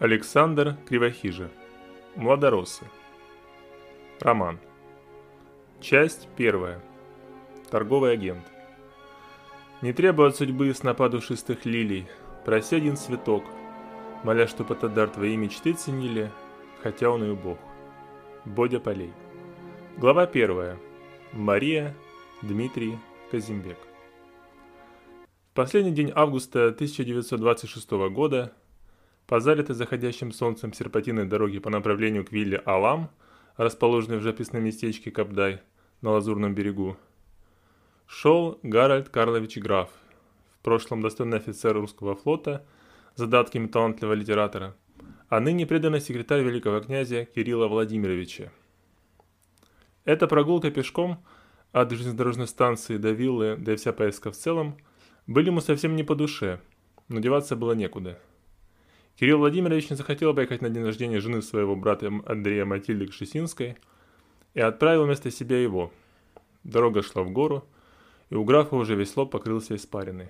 Александр Кривохижа. Младороссы. Роман. Часть 1. Торговый агент. Не требуй от судьбы снопа душистых лилий, проси один цветок, моля, чтоб этот дар твои мечты ценили, хотя он и убог. Бодя Полей. Глава 1. Мария, Дмитрий, Казимбек. В последний день августа 1926 года по залитой заходящим солнцем серпантиной дороге по направлению к вилле Алам, расположенной в живописном местечке Кабдай на Лазурном берегу, шел Гарольд Карлович Граф, в прошлом достойный офицер русского флота, задатками талантливого литератора, а ныне преданный секретарь великого князя Кирилла Владимировича. Эта прогулка пешком от железнодорожной станции до виллы, да и вся поездка в целом, были ему совсем не по душе, но деваться было некуда. Кирилл Владимирович не захотел поехать на день рождения жены своего брата Андрея Матильды Кшесинской и отправил вместо себя его. Дорога шла в гору, и у графа уже весь лоб покрылся испариной.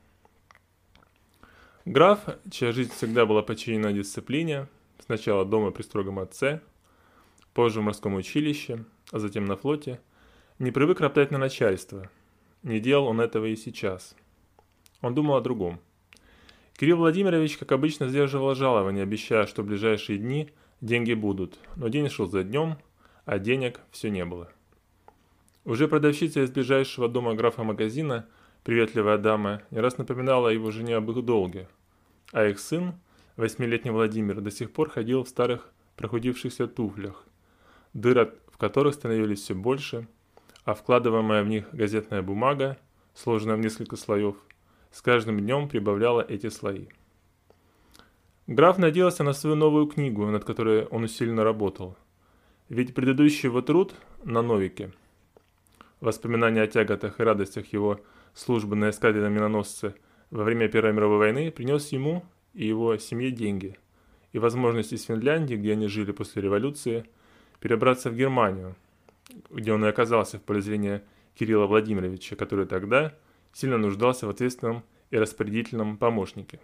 Граф, чья жизнь всегда была подчинена дисциплине, сначала дома при строгом отце, позже в морском училище, а затем на флоте, не привык роптать на начальство. Не делал он этого и сейчас. Он думал о другом. Кирилл Владимирович, как обычно, сдерживал жалование, обещая, что в ближайшие дни деньги будут, но день шел за днем, а денег все не было. Уже продавщица из ближайшего дома графа магазина, приветливая дама, не раз напоминала его жене об их долге, а их сын, 8-летний Владимир, до сих пор ходил в старых прохудившихся туфлях, дыры в которых становились все больше, а вкладываемая в них газетная бумага, сложенная в несколько слоев, с каждым днем прибавляла эти слои. Граф надеялся на свою новую книгу, над которой он усиленно работал. Ведь предыдущий его труд на Новике, воспоминания о тяготах и радостях его службы на эскадре миноносце во время Первой мировой войны, принес ему и его семье деньги и возможность из Финляндии, где они жили после революции, перебраться в Германию, где он и оказался в поле зрения Кирилла Владимировича, который тогда сильно нуждался в ответственном и распорядительном помощнике.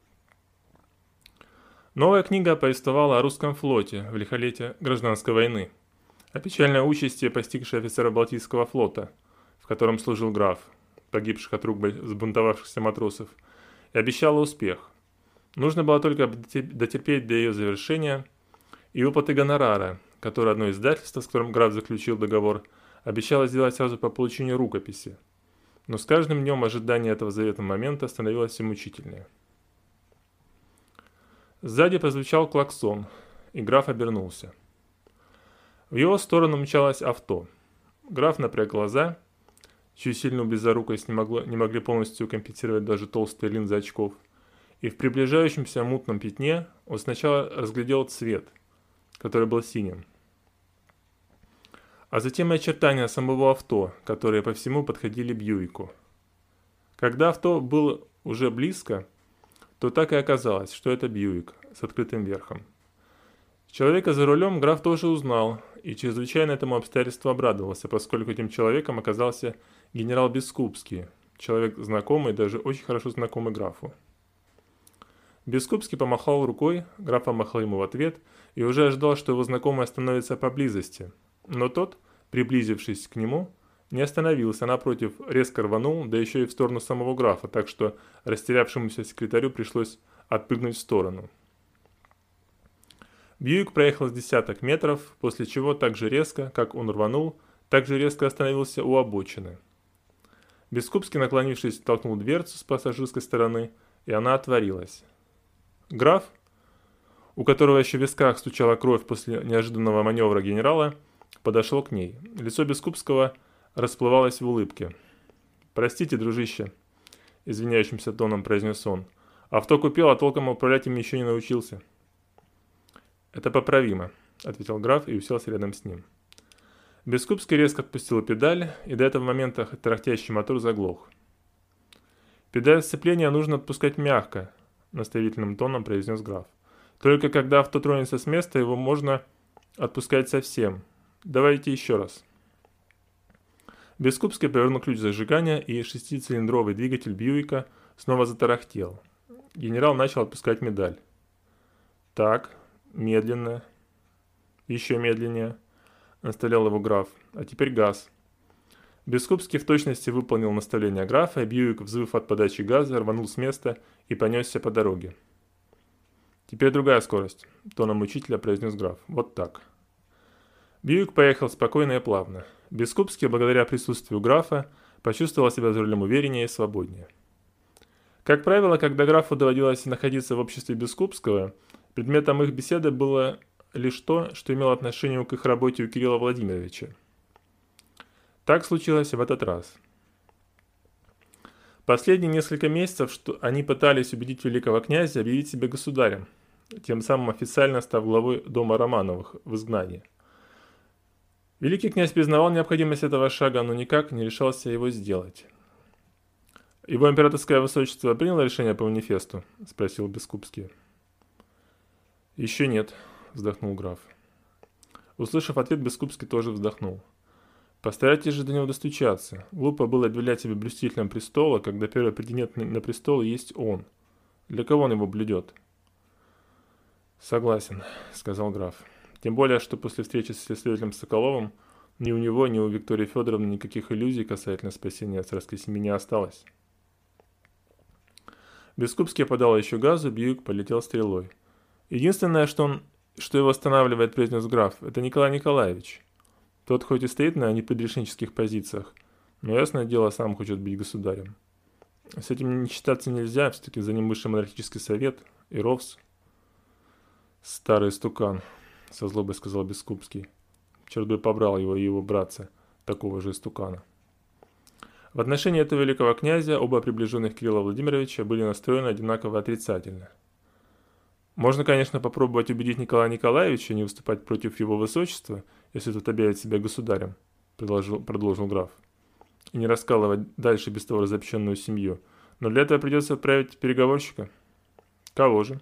Новая книга повествовала о русском флоте в лихолетие гражданской войны, о печальной участи, постигшей офицера Балтийского флота, в котором служил граф, погибших от рук сбунтовавшихся матросов, и обещала успех. Нужно было только дотерпеть до ее завершения и выплаты гонорара, который одно издательство, с которым граф заключил договор, обещало сделать сразу по получению рукописи. Но с каждым днем ожидание этого заветного момента становилось все мучительнее. Сзади прозвучал клаксон, и граф обернулся. В его сторону мчалось авто. Граф напряг глаза, чью сильную близорукость не могли полностью компенсировать даже толстые линзы очков, и в приближающемся мутном пятне он сначала разглядел цвет, который был синим, а затем и очертания самого авто, которые по всему подходили Бьюику. Когда авто было уже близко, то так и оказалось, что это Бьюик с открытым верхом. Человека за рулем граф тоже узнал и чрезвычайно этому обстоятельству обрадовался, поскольку этим человеком оказался генерал Бескупский, человек знакомый, даже очень хорошо знакомый графу. Бескупский помахал рукой, граф помахал ему в ответ и уже ожидал, что его знакомый остановится поблизости. Но тот, приблизившись к нему, не остановился, а напротив, резко рванул, да еще и в сторону самого графа, так что растерявшемуся секретарю пришлось отпрыгнуть в сторону. Бьюик проехал с десяток метров, после чего так же резко, как он рванул, так же резко остановился у обочины. Бескупский, наклонившись, толкнул дверцу с пассажирской стороны, и она отворилась. Граф, у которого еще в висках стучала кровь после неожиданного маневра генерала, подошел к ней. Лицо Бескупского расплывалось в улыбке. «Простите, дружище», — извиняющимся тоном произнес он. «Авто купил, а толком управлять им еще не научился». «Это поправимо», — ответил граф и уселся рядом с ним. Бескупский резко отпустил педаль, и до этого момента тарахтящий мотор заглох. «Педаль сцепления нужно отпускать мягко», — наставительным тоном произнес граф. «Только когда авто тронется с места, его можно отпускать совсем. Давайте еще раз». Бескупский повернул ключ зажигания, и 6-цилиндровый двигатель Бьюика снова затарахтел. Генерал начал отпускать педаль. Так, медленно, еще медленнее, наставлял его граф. А теперь газ. Бескупский в точности выполнил наставление графа, и Бьюик, взвыв от подачи газа, рванул с места и понесся по дороге. «Теперь другая скорость», — тоном учителя произнес граф. «Вот так». Бьюик поехал спокойно и плавно. Бескупский, благодаря присутствию графа, почувствовал себя за рулем увереннее и свободнее. Как правило, когда графу доводилось находиться в обществе Бескупского, предметом их беседы было лишь то, что имело отношение к их работе у Кирилла Владимировича. Так случилось и в этот раз. Последние несколько месяцев что они пытались убедить великого князя объявить себя государем, тем самым официально став главой дома Романовых в изгнании. Великий князь признавал необходимость этого шага, но никак не решался его сделать. «Его императорское высочество приняло решение по манифесту?» – спросил Бескупский. «Еще нет», – вздохнул граф. Услышав ответ, Бескупский тоже вздохнул. «Постарайтесь же до него достучаться. Глупо было объявлять себя блюстителем престола, когда первый претендент на престол есть он. Для кого он его блюдет?» «Согласен», — сказал граф. «Тем более, что после встречи с следователем Соколовым ни у него, ни у Виктории Федоровны никаких иллюзий касательно спасения царской семьи не осталось». Бескупский подал еще газу, Бьюик полетел стрелой. «Единственное, что его останавливает, произнес граф, это Николай Николаевич. Тот хоть и стоит на непредрешенческих позициях, но ясное дело, сам хочет быть государем. С этим не считаться нельзя, все-таки за ним высший монархический совет и РОВС». «Старый стукан», — со злобой сказал Бескупский. «Черт бы побрал его и его братца, такого же стукана». В отношении этого великого князя оба приближенных Кирилла Владимировича были настроены одинаково отрицательно. «Можно, конечно, попробовать убедить Николая Николаевича не выступать против его высочества, если тот объявит себя государем», — продолжил граф, «и не раскалывать дальше без того разобщенную семью. Но для этого придется отправить переговорщика». «Кого же?»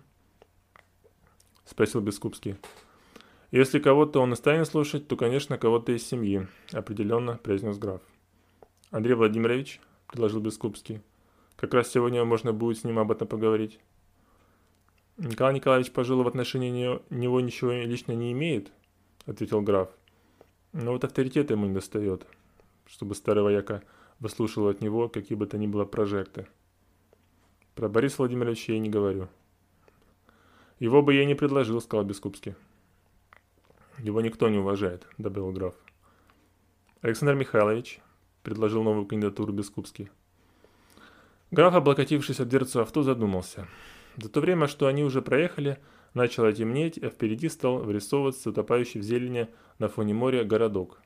— спросил Бескупский. «Если кого-то он и станет слушать, то, конечно, кого-то из семьи», — определенно произнес граф. «Андрей Владимирович», — предложил Бескупский, — «как раз сегодня можно будет с ним об этом поговорить». «Николай Николаевич, пожалуй, в отношении него ничего лично не имеет», — ответил граф. «Но вот авторитета ему не достает, чтобы старый вояка выслушивал от него какие бы то ни было прожекты. Про Бориса Владимировича я и не говорю». «Его бы я и не предложил», — сказал Бескупский. «Его никто не уважает», — добавил граф. «Александр Михайлович», — предложил новую кандидатуру Бескупский. Граф, облокотившись об дверцу авто, задумался. За то время, что они уже проехали, начало темнеть, а впереди стал вырисовываться утопающий в зелени на фоне моря городок.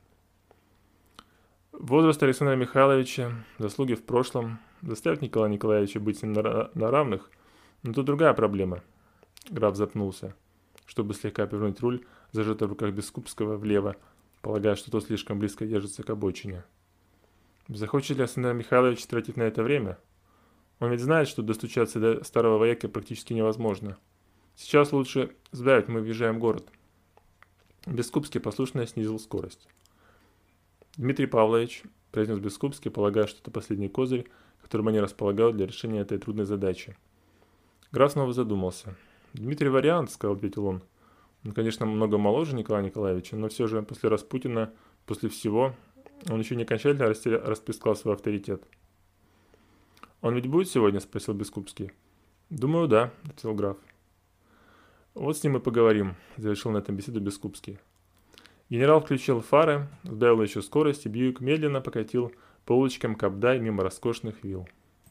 Возраст Александра Михайловича, заслуги в прошлом, заставят Николая Николаевича быть с ним на равных, но тут другая проблема. Граф запнулся, чтобы слегка повернуть руль, зажатый в руках Бескупского влево, полагая, что тот слишком близко держится к обочине. Захочет ли Александр Михайлович тратить на это время? Он ведь знает, что достучаться до старого вояки практически невозможно. Сейчас лучше сбавить, мы въезжаем в город. Бескупский послушно снизил скорость. «Дмитрий Павлович», — произнес Бескупский, полагая, что это последний козырь, которым они располагают для решения этой трудной задачи. Граф снова задумался. «Дмитрий вариант», — ответил он. «Он, конечно, много моложе Николая Николаевича, но все же после Распутина, после всего, он еще не окончательно расплескал свой авторитет». «Он ведь будет сегодня?» — спросил Бескупский. «Думаю, да», — ответил граф. «Вот с ним и поговорим», — завершил на этом беседу Бескупский. Генерал включил фары, сбавил еще скорость, и Бьюик медленно покатил по улочкам Кабдай мимо роскошных вилл.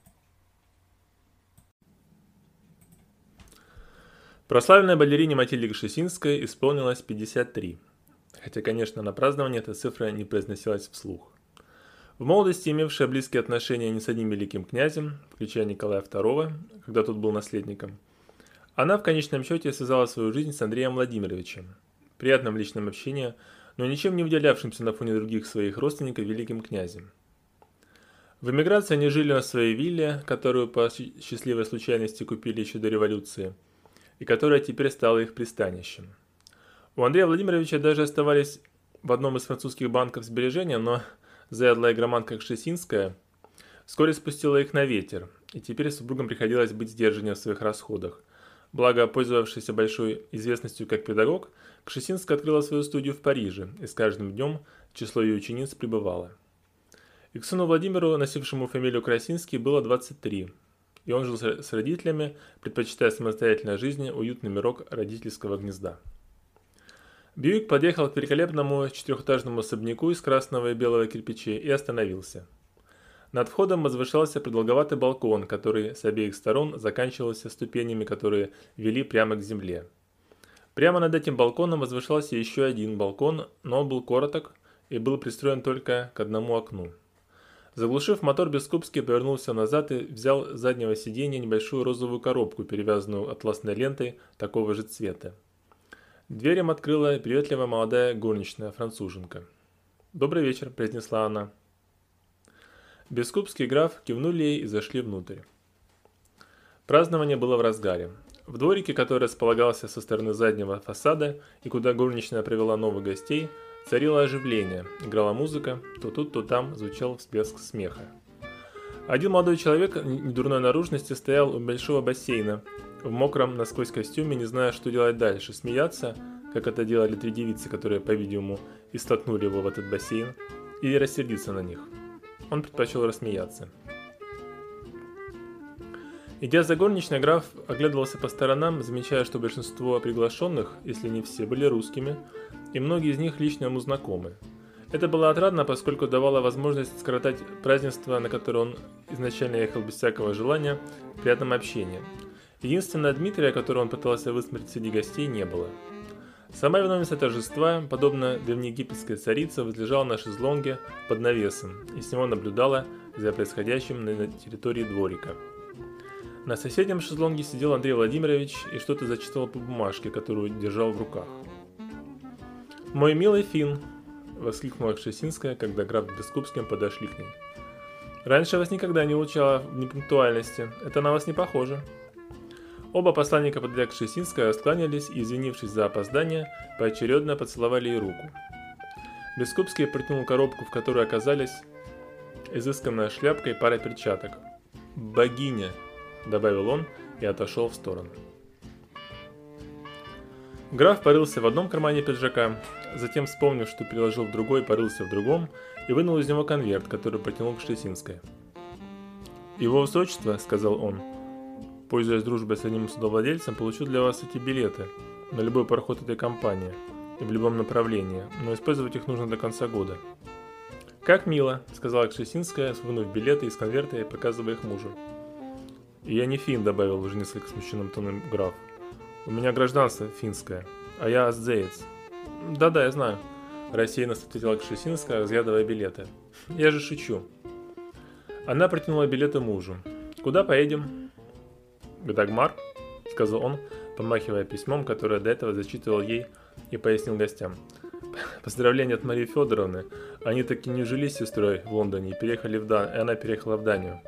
Прославленной балерине Матильде Кшесинской исполнилось 53, хотя, конечно, на праздновании эта цифра не произносилась вслух. В молодости имевшая близкие отношения не с одним великим князем, включая Николая II, когда тот был наследником, она в конечном счете связала свою жизнь с Андреем Владимировичем, приятным в личном общении, но ничем не выделявшимся на фоне других своих родственников великим князем. В эмиграции они жили на своей вилле, которую по счастливой случайности купили еще до революции, и которая теперь стала их пристанищем. У Андрея Владимировича даже оставались в одном из французских банков сбережения, но заядлая громадка Кшесинская вскоре спустила их на ветер, и теперь супругам приходилось быть сдержаннее в своих расходах, Благо, пользовавшийся большой известностью как педагог, Кшесинская открыла свою студию в Париже, и с каждым днем число ее учениц прибывало. И к сыну Владимиру, носившему фамилию Красинский, было 23, и он жил с родителями, предпочитая самостоятельной жизни уютный мирок родительского гнезда. Бьюик подъехал к великолепному четырехэтажному особняку из красного и белого кирпичей и остановился. Над входом возвышался продолговатый балкон, который с обеих сторон заканчивался ступенями, которые вели прямо к земле. Прямо над этим балконом возвышался еще один балкон, но он был короток и был пристроен только к одному окну. Заглушив мотор, Бескупский повернулся назад и взял с заднего сиденья небольшую розовую коробку, перевязанную атласной лентой такого же цвета. Дверь им открыла приветливая молодая горничная, француженка. «Добрый вечер», – произнесла она. Бескупский и граф кивнули ей и зашли внутрь. Празднование было в разгаре. В дворике, который располагался со стороны заднего фасада и куда горничная привела новых гостей, царило оживление, играла музыка, то тут, то там звучал всплеск смеха. Один молодой человек недурной наружности стоял у большого бассейна, в мокром насквозь костюме, не зная, что делать дальше, смеяться, как это делали три девицы, которые, по-видимому, и столкнули его в этот бассейн, или рассердиться на них. Он предпочел рассмеяться. Идя за горничной, граф оглядывался по сторонам, замечая, что большинство приглашенных, если не все, были русскими, и многие из них лично ему знакомы. Это было отрадно, поскольку давало возможность скоротать празднество, на которое он изначально ехал без всякого желания, в приятном общении. Единственное, Дмитрия, которого он пытался высмотреть среди гостей, не было. Сама виновница торжества, подобно древнеегипетской царице, возлежала на шезлонге под навесом и с него наблюдала за происходящим на территории дворика. На соседнем шезлонге сидел Андрей Владимирович и что-то зачитывал по бумажке, которую держал в руках. «Мой милый Финн!» – воскликнула Кшесинская, когда граф с Бескупским подошли к ней. «Раньше вас никогда не улучала в непунктуальности. Это на вас не похоже». Оба посланника, подойдя к Кшесинской, раскланялись и, извинившись за опоздание, поочередно поцеловали ей руку. Бескупский протянул коробку, в которой оказались изысканная шляпка и пара перчаток. «Богиня!» – добавил он и отошел в сторону. Граф порылся в одном кармане пиджака, затем, вспомнив, что переложил в другой, порылся в другом и вынул из него конверт, который протянул к Кшесинской. «Его высочество», – сказал он, – «пользуясь дружбой с одним судовладельцем, получу для вас эти билеты на любой пароход этой компании и в любом направлении, но использовать их нужно до конца года». «Как мило», – сказала Кшесинская, вынув билеты из конверта и показывая их мужу. «И я не фин», – добавил уже несколько смущенным тоном граф. «У меня гражданство финское, а я аздзеец». «Да-да, я знаю», – рассеянно ответила Кшесинская, разглядывая билеты. «Я же шучу». Она протянула билеты мужу. «Куда поедем?» «В Дагмар», – сказал он, помахивая письмом, которое до этого зачитывал ей и пояснил гостям. «Поздравления от Марии Федоровны. Они таки не жили с сестрой в Лондоне и она переехала в Данию».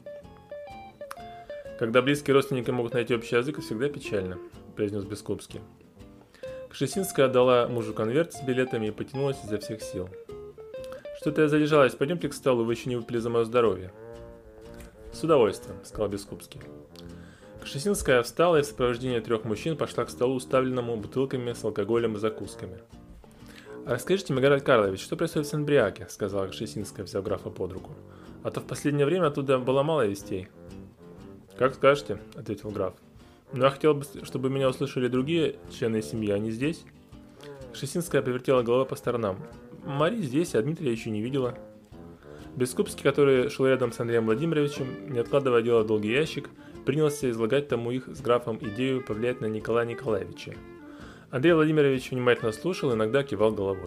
«Когда близкие родственники могут найти общий язык, всегда печально», – произнес Бескупский. Кшесинская отдала мужу конверт с билетами и потянулась изо всех сил. «Что-то я задержалась, пойдемте к столу, вы еще не выпили за мое здоровье». «С удовольствием», – сказал Бескупский. Кшесинская встала и в сопровождении 3 мужчин пошла к столу, уставленному бутылками с алкоголем и закусками. «Расскажите, Мегаральд Карлович, что происходит в Сен-Бриаке?» – сказала Кшесинская, взяв графа под руку. «А то в последнее время оттуда было мало вестей». «Как скажете», – ответил граф. «Но я хотел бы, чтобы меня услышали другие члены семьи, а не здесь». Кшесинская повертела головой по сторонам. «Мари здесь, а Дмитрия еще не видела». Бескупский, который шел рядом с Андреем Владимировичем, не откладывая дело в долгий ящик, принялся излагать тому их с графом идею повлиять на Николая Николаевича. Андрей Владимирович внимательно слушал, иногда кивал головой.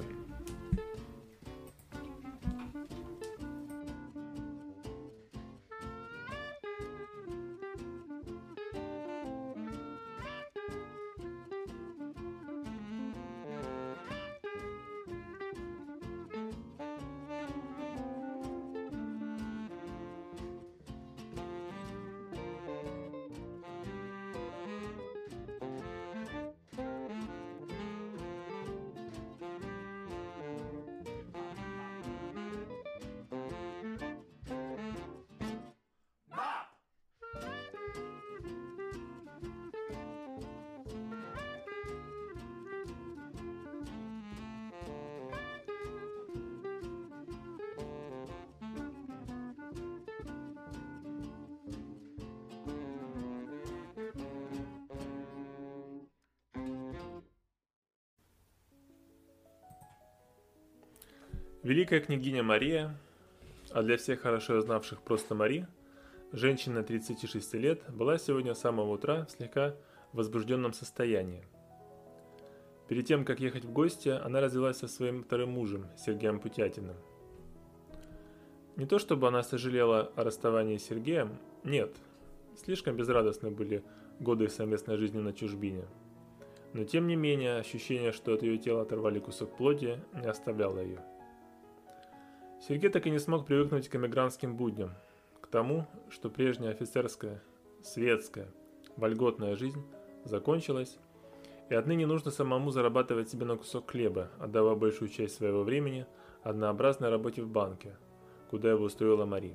Великая княгиня Мария, а для всех хорошо знавших просто Мари, женщина 36 лет, была сегодня с самого утра в слегка возбужденном состоянии. Перед тем, как ехать в гости, она развелась со своим вторым мужем, Сергеем Путятиным. Не то чтобы она сожалела о расставании с Сергеем, нет, слишком безрадостны были годы совместной жизни на чужбине. Но тем не менее, ощущение, что от ее тела оторвали кусок плоти, не оставляло ее. Сергей так и не смог привыкнуть к эмигрантским будням, к тому, что прежняя офицерская, светская, вольготная жизнь закончилась, и отныне нужно самому зарабатывать себе на кусок хлеба, отдавая большую часть своего времени однообразной работе в банке, куда его устроила Мари.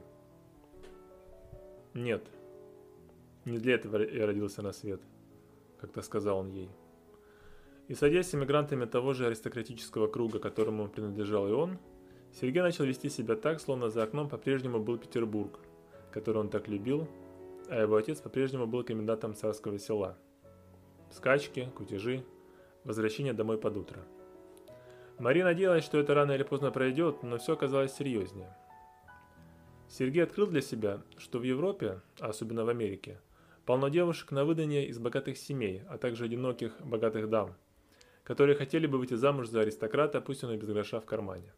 «Нет, не для этого я родился на свет», — как-то сказал он ей. И садясь с эмигрантами того же аристократического круга, которому принадлежал и он, Сергей начал вести себя так, словно за окном по-прежнему был Петербург, который он так любил, а его отец по-прежнему был комендантом царского села. Скачки, кутежи, возвращение домой под утро. Мария надеялась, что это рано или поздно пройдет, но все оказалось серьезнее. Сергей открыл для себя, что в Европе, а особенно в Америке, полно девушек на выданье из богатых семей, а также одиноких богатых дам, которые хотели бы выйти замуж за аристократа, пусть он и без гроша в кармане.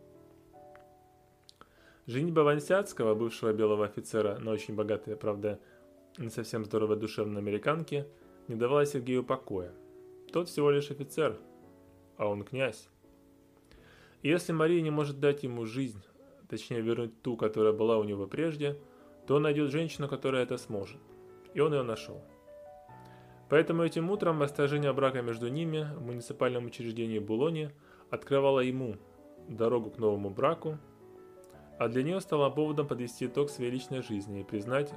Женитьба Вансяцкого, бывшего белого офицера, на очень богатой, правда, не совсем здоровой душевной американке, не давала Сергею покоя. Тот всего лишь офицер, а он князь. И если Мария не может дать ему жизнь, точнее вернуть ту, которая была у него прежде, то он найдет женщину, которая это сможет. И он ее нашел. Поэтому этим утром расторжение брака между ними в муниципальном учреждении Булоне открывало ему дорогу к новому браку, а для нее стало поводом подвести итог своей личной жизни и признать,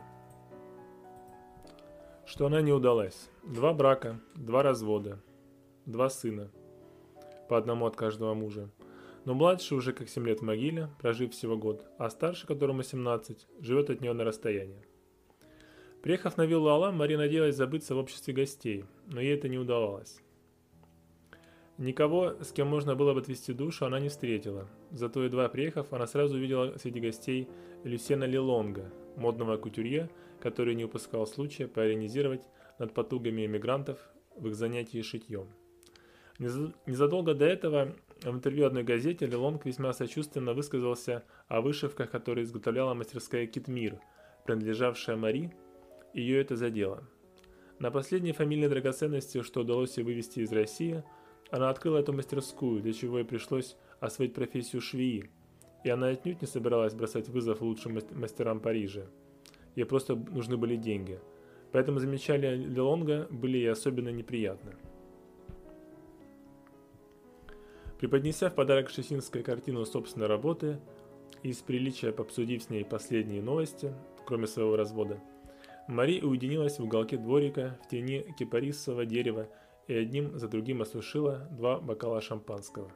что она не удалась. 2 брака, 2 развода, 2 сына, по одному от каждого мужа. Но младший уже как 7 лет в могиле, прожив всего год, а старший, которому 17, живет от нее на расстоянии. Приехав на виллу Алам, Мария надеялась забыться в обществе гостей, но ей это не удавалось. Никого, с кем можно было бы отвести душу, она не встретила. Зато, едва приехав, она сразу увидела среди гостей Люсьена Лелонга, модного кутюрье, который не упускал случая поиронизировать над потугами эмигрантов в их занятии шитьем. Незадолго до этого в интервью одной газете Лелонг весьма сочувственно высказался о вышивках, которые изготовляла мастерская Китмир, принадлежавшая Мари, и ее это задело. На последней фамильной драгоценности, что удалось ей вывести из России, она открыла эту мастерскую, для чего ей пришлось освоить профессию швеи, и она отнюдь не собиралась бросать вызов лучшим мастерам Парижа. Ей просто нужны были деньги, поэтому замечания Лелонга были ей особенно неприятны. Преподнеся в подарок Шесинской картину собственной работы и из приличия обсудив с ней последние новости, кроме своего развода, Мари уединилась в уголке дворика в тени кипарисового дерева и одним за другим осушила 2 бокала шампанского.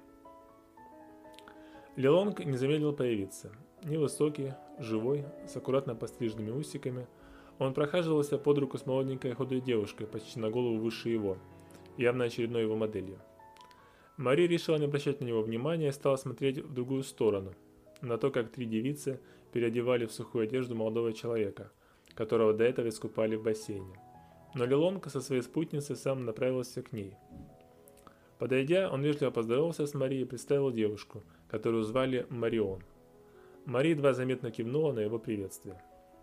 Лелонг не замедлил появиться. Невысокий, живой, с аккуратно постриженными усиками, он прохаживался под руку с молоденькой худой девушкой, почти на голову выше его, явно очередной его моделью. Мари решила не обращать на него внимания и стала смотреть в другую сторону, на то, как 3 девицы переодевали в сухую одежду молодого человека, которого до этого искупали в бассейне. Но Лелонг со своей спутницей сам направился к ней. Подойдя, он вежливо поздоровался с Марией и представил девушку, которую звали Марион. Мари едва заметно кивнула на его приветствие.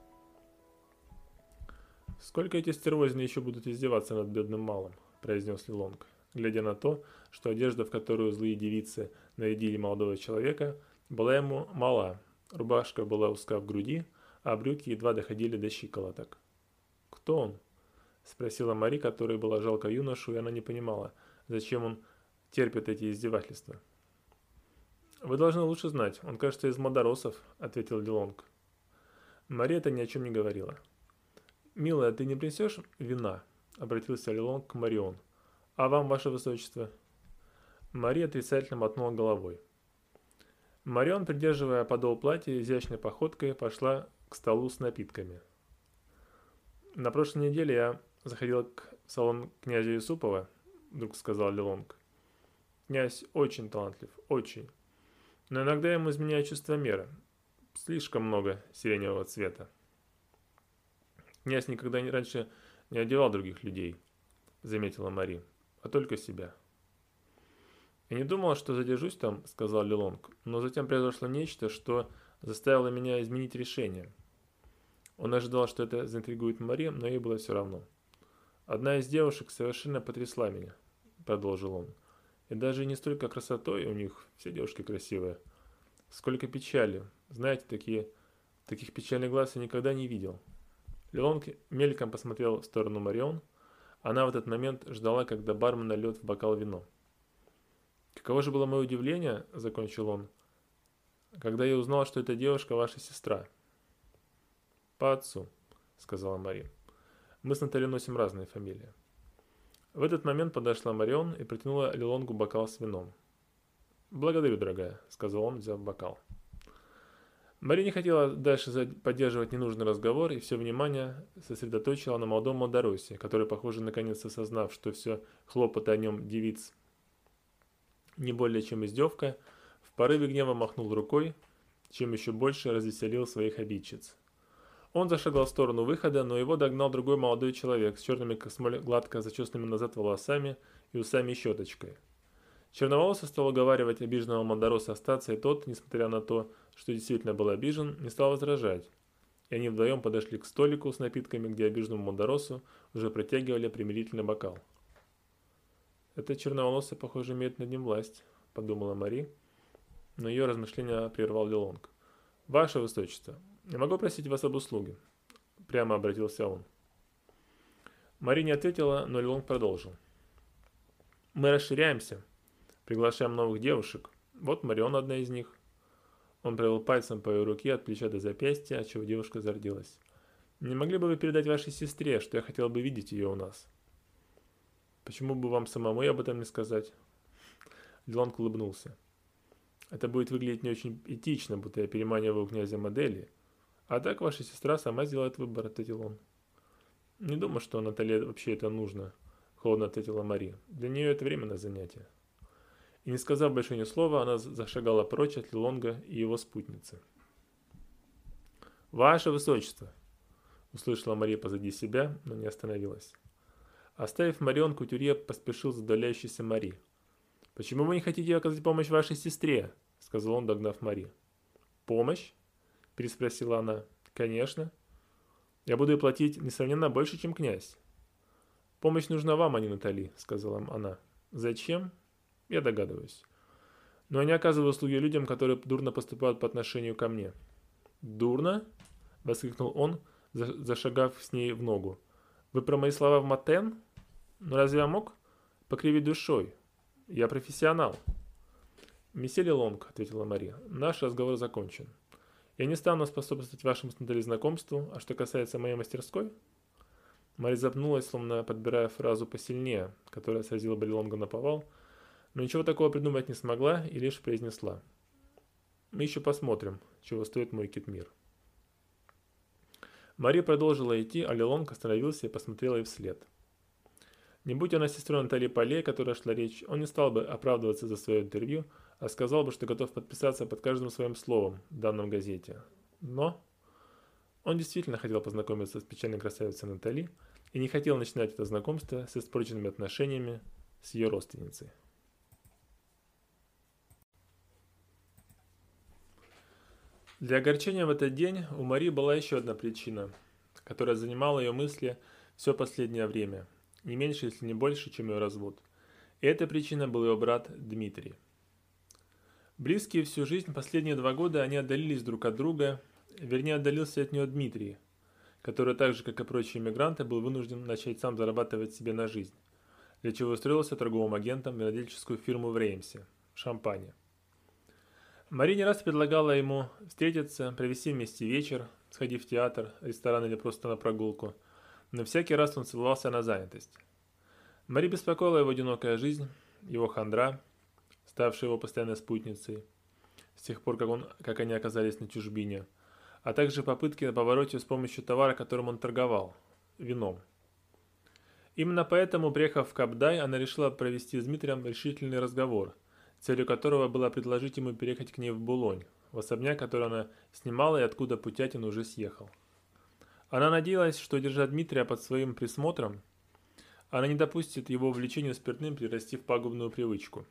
«Сколько эти стервозины еще будут издеваться над бедным малым?» – произнес Лелонг, глядя на то, что одежда, в которую злые девицы нарядили молодого человека, была ему мала, рубашка была узка в груди, а брюки едва доходили до щиколоток. «Кто он?» – спросила Мари, которой было жалко юношу, и она не понимала, зачем он терпит эти издевательства. «Вы должны лучше знать, он, кажется, из Мадоросов», – ответил Лелонг. Мари это ни о чем не говорила. «Милая, ты не принесешь вина?» – обратился Лелонг к Марион. «А вам, ваше высочество?» Мария отрицательно мотнула головой. Марион, придерживая подол платья, изящной походкой пошла к столу с напитками. «На прошлой неделе я заходил в салон князя Юсупова», — вдруг сказал Лелонг. «Князь очень талантлив, очень. Но иногда ему изменяет чувство меры. Слишком много сиреневого цвета. Князь никогда раньше не одевал других людей, заметила Мари, а только себя. Я не думала, что задержусь там, сказал Лилонг, но затем произошло нечто, что заставило меня изменить решение. Он ожидал, что это заинтригует Мари, но ей было все равно. «Одна из девушек совершенно потрясла меня», — продолжил он. «И даже не столько красотой, у них все девушки красивые, сколько печали. Знаете, таких печальных глаз я никогда не видел». Лилонг мельком посмотрел в сторону Марион. Она в этот момент ждала, когда бармен нальет в бокал вино. «Каково же было мое удивление», — закончил он, — «когда я узнал, что эта девушка ваша сестра». «По отцу», — сказала Мари. «Мы с Натальей носим разные фамилии». В этот момент подошла Марион и протянула Лилонгу бокал с вином. «Благодарю, дорогая», — сказал он, взяв бокал. Мари не хотела дальше поддерживать ненужный разговор и все внимание сосредоточила на молодом Модоросе, который, похоже, наконец осознав, что все хлопоты о нем девиц не более чем издевка, в порыве гнева махнул рукой, чем еще больше развеселил своих обидчиц. Он зашагал в сторону выхода, но его догнал другой молодой человек с черными, как смоль, гладко зачесанными назад волосами и усами и щеточкой. Черноволосый стал уговаривать обиженного Мандороса остаться, и тот, несмотря на то, что действительно был обижен, не стал возражать. И они вдвоем подошли к столику с напитками, где обиженному Мандоросу уже протягивали примирительный бокал. «Это черноволосый, похоже, имеет над ним власть», — подумала Мари, но ее размышления прервал Лилонг. «Ваше Высочество, я могу просить вас об услуге?» — прямо обратился он. Мари не ответила, но Лилонг продолжил. «Мы расширяемся, приглашаем новых девушек. Вот Марион одна из них». Он провел пальцем по ее руке от плеча до запястья, отчего девушка зарделась. «Не могли бы вы передать вашей сестре, что я хотел бы видеть ее у нас?» «Почему бы вам самому и об этом не сказать?» Лилонг улыбнулся. «Это будет выглядеть не очень этично, будто я переманиваю князя модели. А так ваша сестра сама сделает выбор», — ответил он. «Не думаю, что Наталье вообще это нужно», — холодно ответила Мари. «Для нее это временное занятие». И не сказав больше ни слова, она зашагала прочь от Лилонга и его спутницы. «Ваше Высочество!» — услышала Мари позади себя, но не остановилась. Оставив Марион, Кутюрье поспешил за удаляющейся Мари. «Почему вы не хотите оказать помощь вашей сестре?» — сказал он, догнав Мари. «Помощь?» — переспросила она. «Конечно. Я буду ей платить несравненно больше, чем князь». «Помощь нужна вам, а не Натали», — сказала она. «Зачем?» «Я догадываюсь. Но я не оказываю услуги людям, которые дурно поступают по отношению ко мне». «Дурно?» — воскликнул он, зашагав с ней в ногу. «Вы про мои слова в Матен? Но разве я мог покривить душой? Я профессионал». «Месье Лилонг», — ответила Мари, — «наш разговор закончен. Я не стану способствовать вашему с Натали знакомству, а что касается моей мастерской...» Мари запнулась, словно подбирая фразу посильнее, которая сразила бы Лилонга наповал, но ничего такого придумать не смогла и лишь произнесла. «Мы еще посмотрим, чего стоит мой китмир». Мари продолжила идти, а Лилонг остановился и посмотрел ей вслед. Не будь она сестрой Натальи Поле, о которой шла речь, он не стал бы оправдываться за свое интервью, а сказал бы, что готов подписаться под каждым своим словом в данном газете. Но он действительно хотел познакомиться с печальной красавицей Натали и не хотел начинать это знакомство с испорченными отношениями с ее родственницей. Для огорчения в этот день у Мари была еще одна причина, которая занимала ее мысли все последнее время, не меньше, если не больше, чем ее развод. И эта причина был ее брат Дмитрий. Близкие всю жизнь, последние 2 года, они отдалились друг от друга, вернее, отдалился от нее Дмитрий, который так же, как и прочие мигранты, был вынужден начать сам зарабатывать себе на жизнь, для чего устроился торговым агентом в винодельческую фирму в Реймсе, в Шампане. Мари не раз предлагала ему встретиться, провести вместе вечер, сходив в театр, ресторан или просто на прогулку, но всякий раз он ссылался на занятость. Мари беспокоила его одинокая жизнь, его хандра, ставшая его постоянной спутницей, с тех пор, как они оказались на чужбине, а также попытки на повороте с помощью товара, которым он торговал – вином. Именно поэтому, приехав в Кабдай, она решила провести с Дмитрием решительный разговор, целью которого было предложить ему переехать к ней в Булонь, в особняк, который она снимала и откуда Путятин уже съехал. Она надеялась, что, держа Дмитрия под своим присмотром, она не допустит его увлечению спиртным перерасти в пагубную привычку.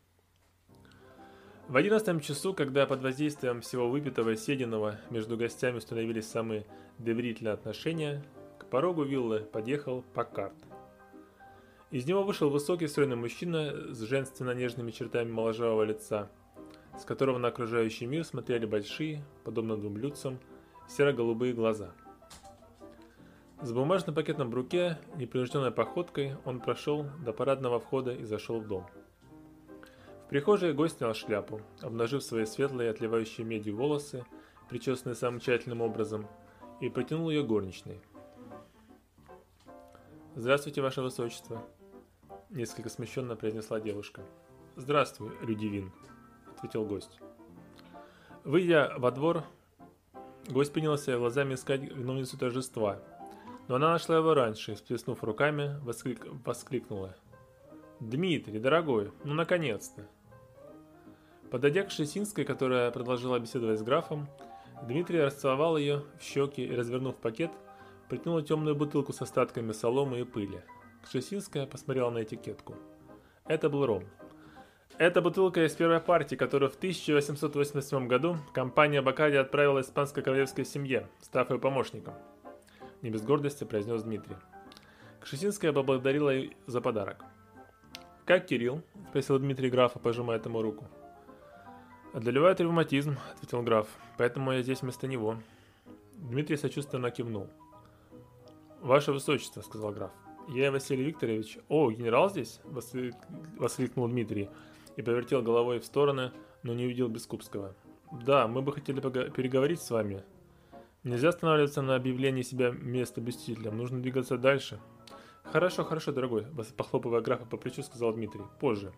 В 11 часу, когда под воздействием всего выпитого и съеденного между гостями установились самые доверительные отношения, к порогу виллы подъехал Паккарт. Из него вышел высокий стройный мужчина с женственно-нежными чертами моложавого лица, с которого на окружающий мир смотрели большие, подобно двум блюдцам, серо-голубые глаза. С бумажным пакетом в руке, непринужденной походкой, он прошел до парадного входа и зашел в дом. В прихожей гость снял шляпу, обнажив свои светлые, отливающие медью волосы, причесанные самым тщательным образом, и протянул ее горничной. «Здравствуйте, ваше высочество», — несколько смущенно произнесла девушка. «Здравствуй, Людивин», — ответил гость. Выйдя во двор, гость принялся глазами искать виновницу торжества, но она нашла его раньше и, всплеснув руками, воскликнула: «Дмитрий, дорогой, ну наконец-то!» Подойдя к Шесинской, которая продолжала беседовать с графом, Дмитрий расцеловал ее в щеки и, развернув пакет, протянул темную бутылку с остатками соломы и пыли. Кшесинская посмотрела на этикетку. Это был ром. Эта бутылка из первой партии, которую в 1887 году компания Бакарди отправила испанской королевской семье, став ее помощником. Не без гордости произнес Дмитрий. Кшесинская поблагодарила ее за подарок. «Как Кирилл?» – спросил Дмитрий графа, пожимая ему руку. «Одолевает ревматизм», – ответил граф, – «поэтому я здесь вместо него». Дмитрий сочувственно кивнул. «Ваше высочество», – сказал граф, – «я Василий Викторович». «О, генерал здесь?» – воскликнул Дмитрий и повертел головой в стороны, но не увидел Бескупского. «Да, мы бы хотели переговорить с вами. Нельзя останавливаться на объявлении себя местобесителем, нужно двигаться дальше». «Хорошо, хорошо, дорогой», – похлопывая графа по плечу, сказал Дмитрий. «Позже».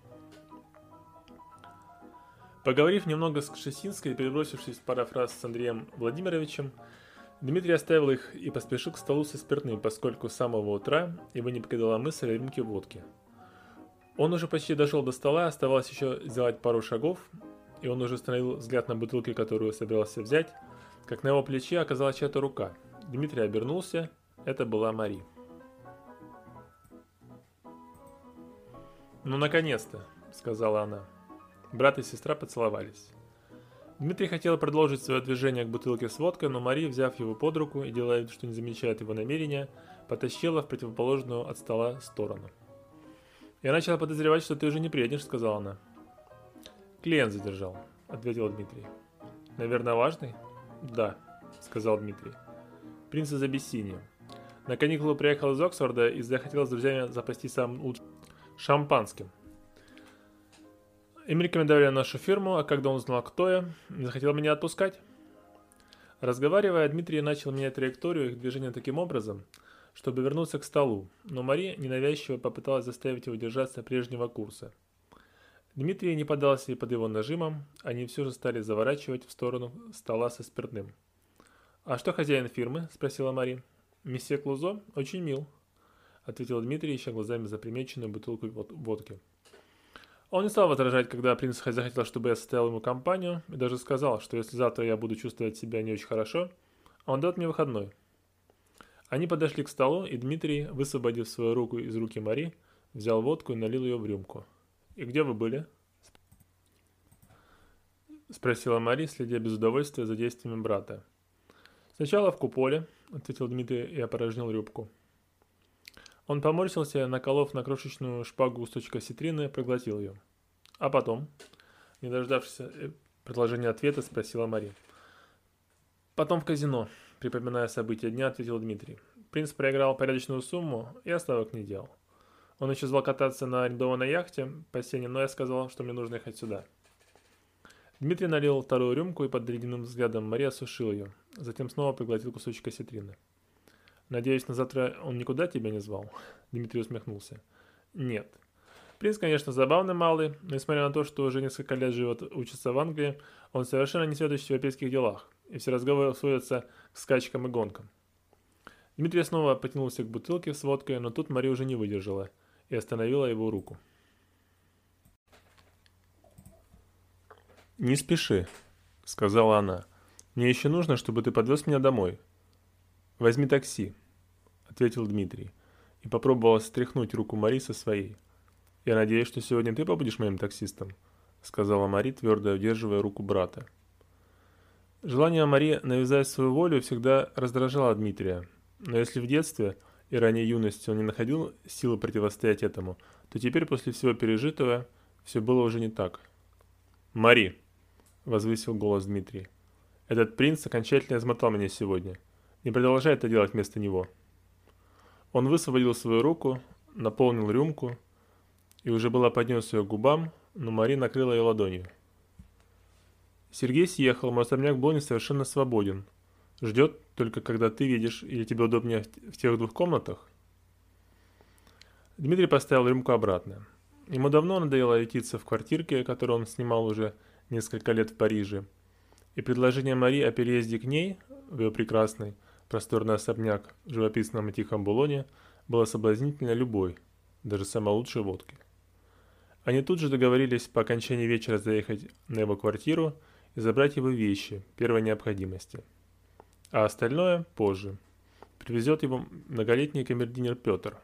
Поговорив немного с Кшесинской и перебросившись пару фраз с Андреем Владимировичем, Дмитрий оставил их и поспешил к столу со спиртным, поскольку с самого утра его не покидала мысль о рюмке водки. Он уже почти дошел до стола, оставалось еще сделать пару шагов, и он уже остановил взгляд на бутылку, которую собирался взять, как на его плече оказалась чья-то рука. Дмитрий обернулся, это была Мари. «Ну, наконец-то», — сказала она. Брат и сестра поцеловались. Дмитрий хотел продолжить свое движение к бутылке с водкой, но Мари, взяв его под руку и делая вид, что не замечает его намерения, потащила в противоположную от стола сторону. «Я начала подозревать, что ты уже не приедешь», — сказала она. «Клиент задержал», — ответил Дмитрий. «Наверное, важный?» «Да», — сказал Дмитрий. «Принц из Абиссинии. На каникулы приехал из Оксфорда и захотел с друзьями запастись самым лучшим шампанским. Им рекомендовали нашу фирму, а когда он узнал, кто я, не захотел меня отпускать». Разговаривая, Дмитрий начал менять траекторию их движения таким образом, чтобы вернуться к столу, но Мари ненавязчиво попыталась заставить его держаться прежнего курса. Дмитрий не поддался и под его нажимом, они все же стали заворачивать в сторону стола со спиртным. «А что хозяин фирмы?» – спросила Мари. «Месье Клузо? Очень мил», – ответил Дмитрий, ища глазами запримеченную бутылку водки. Он не стал возражать, когда принц захотел, чтобы я составил ему компанию, и даже сказал, что если завтра я буду чувствовать себя не очень хорошо, он дает мне выходной. Они подошли к столу, и Дмитрий, высвободив свою руку из руки Мари, взял водку и налил ее в рюмку. «И где вы были?» – спросила Мари, следя без удовольствия за действиями брата. «Сначала в куполе», – ответил Дмитрий и опорожнил рюмку. Он поморщился, наколов на крошечную шпагу кусочек осетрины, проглотил ее. «А потом?» – не дождавшись продолжения ответа, спросила Мари. «Потом в казино», – припоминая события дня, ответил Дмитрий. «Принц проиграл порядочную сумму и оставок не делал. Он еще звал кататься на арендованной яхте по сене, но я сказал, что мне нужно ехать сюда». Дмитрий налил вторую рюмку и под ледяным взглядом Мари осушил ее, затем снова проглотил кусочек осетрины. «Надеюсь, на завтра он никуда тебя не звал?» Дмитрий усмехнулся. «Нет. Принц, конечно, забавный малый, но несмотря на то, что уже несколько лет живет, учится в Англии, он совершенно не сведущ в европейских делах, и все разговоры сводятся к скачкам и гонкам». Дмитрий снова потянулся к бутылке с водкой, но тут Мария уже не выдержала и остановила его руку. «Не спеши», — сказала она. «Мне еще нужно, чтобы ты подвез меня домой». «Возьми такси», — ответил Дмитрий и попробовал стряхнуть руку Мари со своей. «Я надеюсь, что сегодня ты побудешь моим таксистом», — сказала Мари, твердо удерживая руку брата. Желание Мари навязать свою волю всегда раздражало Дмитрия, но если в детстве и ранней юности он не находил силы противостоять этому, то теперь после всего пережитого все было уже не так. «Мари!» — возвысил голос Дмитрий. «Этот принц окончательно измотал меня сегодня. Не продолжай это делать вместо него». Он высвободил свою руку, наполнил рюмку и уже было поднес ее к губам, но Мари накрыла ее ладонью. «Сергей съехал, мой особняк был не совершенно свободен. Ждет только, когда ты видишь, или тебе удобнее в тех двух комнатах?» Дмитрий поставил рюмку обратно. Ему давно надоело ютиться в квартирке, которую он снимал уже несколько лет в Париже, и предложение Мари о переезде к ней, в ее прекрасный, просторный особняк в живописном и тихом Булоне, было соблазнительно любой, даже самой лучшей водки. Они тут же договорились по окончании вечера заехать на его квартиру и забрать его вещи первой необходимости. А остальное позже. Привезет его многолетний камердинер Петр.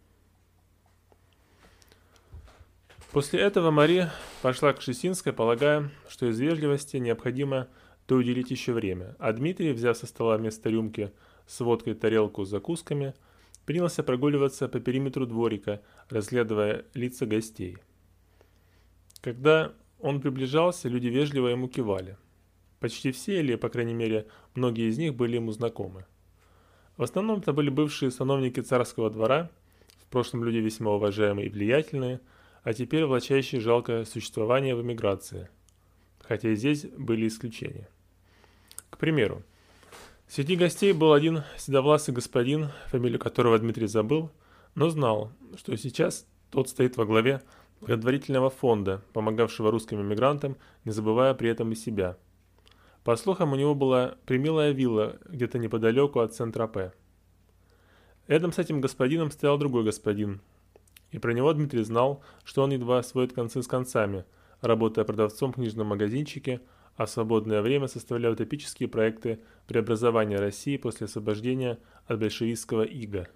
После этого Мари пошла к Кшесинской, полагая, что из вежливости необходимо то уделить еще время, а Дмитрий, взяв со стола вместо рюмки с водкой тарелку с закусками, принялся прогуливаться по периметру дворика, разглядывая лица гостей. Когда он приближался, люди вежливо ему кивали. Почти все, или, по крайней мере, многие из них были ему знакомы. В основном это были бывшие сановники царского двора, в прошлом люди весьма уважаемые и влиятельные, а теперь влачащие жалкое существование в эмиграции, хотя и здесь были исключения. К примеру, среди гостей был один седовласый господин, фамилию которого Дмитрий забыл, но знал, что сейчас тот стоит во главе благотворительного фонда, помогавшего русским эмигрантам, не забывая при этом и себя. По слухам, у него была примилая вилла где-то неподалеку от Сент-Тропе. Рядом с этим господином стоял другой господин, и про него Дмитрий знал, что он едва сводит концы с концами, работая продавцом в книжном магазинчике, а в свободное время составляя утопические проекты преобразования России после освобождения от большевистского ига.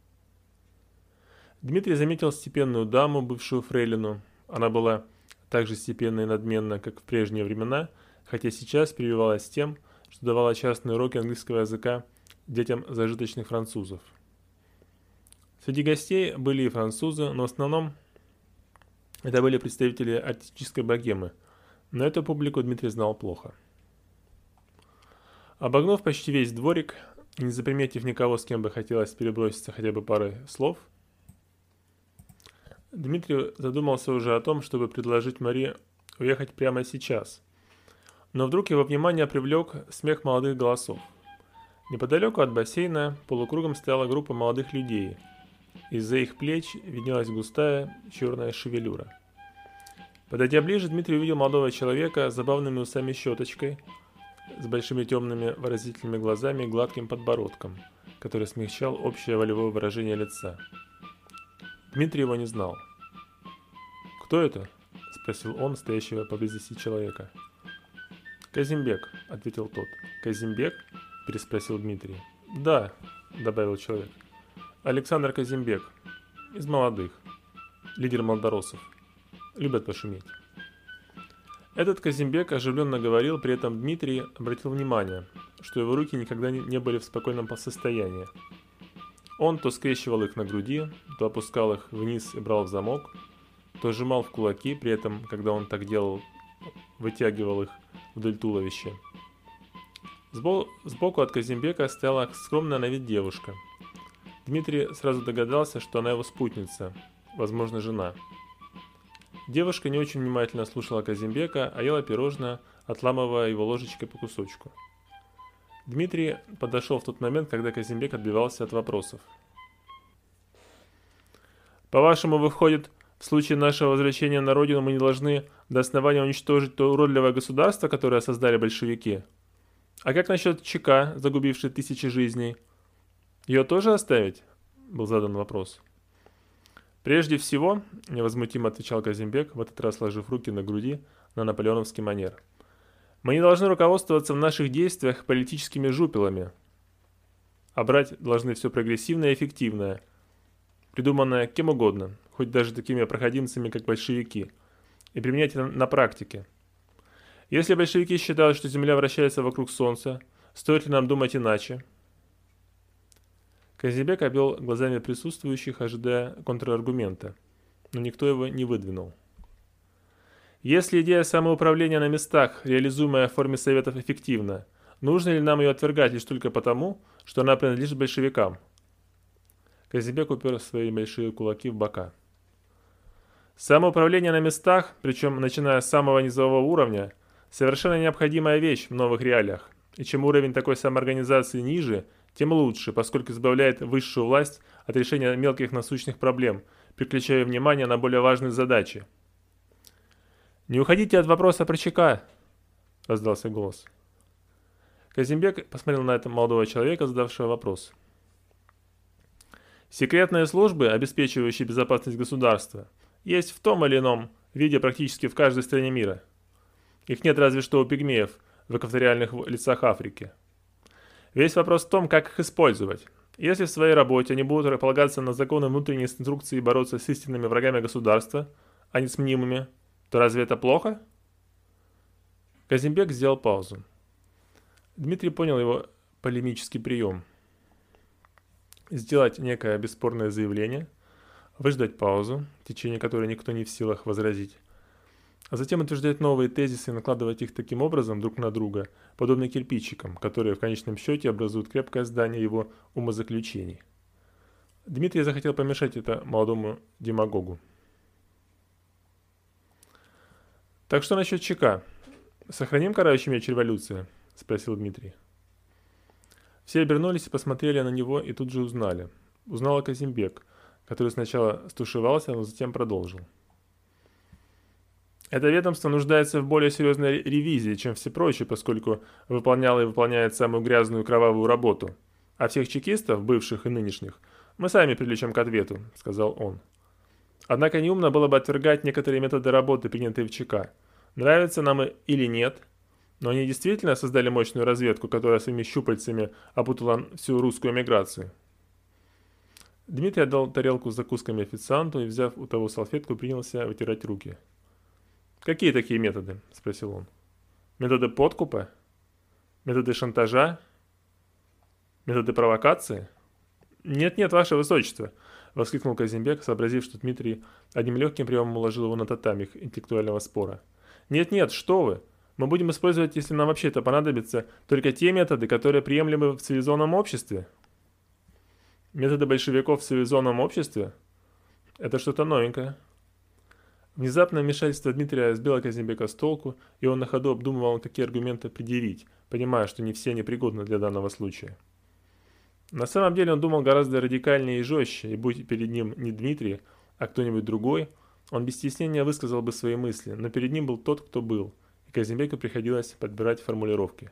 Дмитрий заметил степенную даму, бывшую фрейлину. Она была так же степенна и надменна, как в прежние времена, хотя сейчас прививалась тем, что давала частные уроки английского языка детям зажиточных французов. Среди гостей были и французы, но в основном это были представители артистической богемы, но эту публику Дмитрий знал плохо. Обогнув почти весь дворик и не заприметив никого, с кем бы хотелось переброситься хотя бы парой слов, Дмитрий задумался уже о том, чтобы предложить Мари уехать прямо сейчас. Но вдруг его внимание привлек смех молодых голосов. Неподалеку от бассейна полукругом стояла группа молодых людей. Из-за их плеч виднелась густая черная шевелюра. Подойдя ближе, Дмитрий увидел молодого человека с забавными усами-щеточкой, с большими темными выразительными глазами и гладким подбородком, который смягчал общее волевое выражение лица. Дмитрий его не знал. «Кто это?» – спросил он стоящего поблизости человека. «Казимбек», – ответил тот. «Казимбек?» – переспросил Дмитрий. «Да», – добавил человек. «Александр Казимбек. Из молодых. Лидер молодороссов. Любят пошуметь». Этот Казимбек оживленно говорил, при этом Дмитрий обратил внимание, что его руки никогда не были в спокойном состоянии. Он то скрещивал их на груди, то опускал их вниз и брал в замок, то сжимал в кулаки, при этом, когда он так делал, вытягивал их вдоль туловища. Сбоку от Казимбека стояла скромная на вид девушка. Дмитрий сразу догадался, что она его спутница, возможно, жена. Девушка не очень внимательно слушала Казимбека, а ела пирожное, отламывая его ложечкой по кусочку. Дмитрий подошел в тот момент, когда Казимбек отбивался от вопросов. «По-вашему, выходит, в случае нашего возвращения на родину мы не должны до основания уничтожить то уродливое государство, которое создали большевики? А как насчет ЧК, загубившей тысячи жизней? Ее тоже оставить?» – был задан вопрос. «Прежде всего, — невозмутимо отвечал Казимбек, в этот раз сложив руки на груди на наполеоновский манер, Мы не должны руководствоваться в наших действиях политическими жупелами, а брать должны все прогрессивное и эффективное, придуманное кем угодно, хоть даже такими проходимцами, как большевики, и применять это на практике. Если большевики считают, что Земля вращается вокруг Солнца, стоит ли нам думать иначе? Казимбек обвел глазами присутствующих, ожидая контраргумента, но никто его не выдвинул. Если идея самоуправления на местах, реализуемая в форме советов, эффективна, нужно ли нам ее отвергать лишь только потому, что она принадлежит большевикам? Казимбек упер свои большие кулаки в бока. Самоуправление на местах, причем начиная с самого низового уровня, совершенно необходимая вещь в новых реалиях, и чем уровень такой самоорганизации ниже, тем лучше, поскольку избавляет высшую власть от решения мелких насущных проблем, переключая внимание на более важные задачи. «Не уходите от вопроса про ЧК!» — раздался голос. Казимбек посмотрел на этого молодого человека, задавшего вопрос. Секретные службы, обеспечивающие безопасность государства, есть в том или ином виде практически в каждой стране мира. Их нет разве что у пигмеев в экваториальных лицах Африки. Весь вопрос в том, как их использовать. Если в своей работе они будут полагаться на законы внутренней инструкции и бороться с истинными врагами государства, а не с мнимыми, то разве это плохо? Казимбек сделал паузу. Дмитрий понял его полемический прием. Сделать некое бесспорное заявление, выждать паузу, в течение которой никто не в силах возразить, а затем утверждать новые тезисы и накладывать их таким образом друг на друга, подобно кирпичикам, которые в конечном счете образуют крепкое здание его умозаключений. Дмитрий захотел помешать это молодому демагогу. «Так что насчет ЧК? Сохраним карающий меч революции?» — спросил Дмитрий. Все обернулись и посмотрели на него и тут же узнали. Узнал Казимбек, который сначала стушевался, но затем продолжил. Это ведомство нуждается в более серьезной ревизии, чем все прочие, поскольку выполняло и выполняет самую грязную и кровавую работу. А всех чекистов, бывших и нынешних, мы сами привлечем к ответу, сказал он. Однако неумно было бы отвергать некоторые методы работы, принятые в ЧК. Нравится нам или нет, но они действительно создали мощную разведку, которая своими щупальцами опутала всю русскую эмиграцию. Дмитрий отдал тарелку с закусками официанту и, взяв у того салфетку, принялся вытирать руки. «Какие такие методы?» – спросил он. «Методы подкупа? Методы шантажа? Методы провокации?» «Нет-нет, ваше высочество!» – воскликнул Казимбек, сообразив, что Дмитрий одним легким приемом уложил его на татами их интеллектуального спора. «Нет-нет, что вы! Мы будем использовать, если нам вообще это понадобится, только те методы, которые приемлемы в цивилизованном обществе». «Методы большевиков в цивилизованном обществе? Это что-то новенькое». Внезапное вмешательство Дмитрия сбило Казимбека с толку, и он на ходу обдумывал, какие аргументы предъявить, понимая, что не все они пригодны для данного случая. На самом деле он думал гораздо радикальнее и жестче, и будь перед ним не Дмитрий, а кто-нибудь другой, он без стеснения высказал бы свои мысли, но перед ним был тот, кто был, и Казимбеку приходилось подбирать формулировки.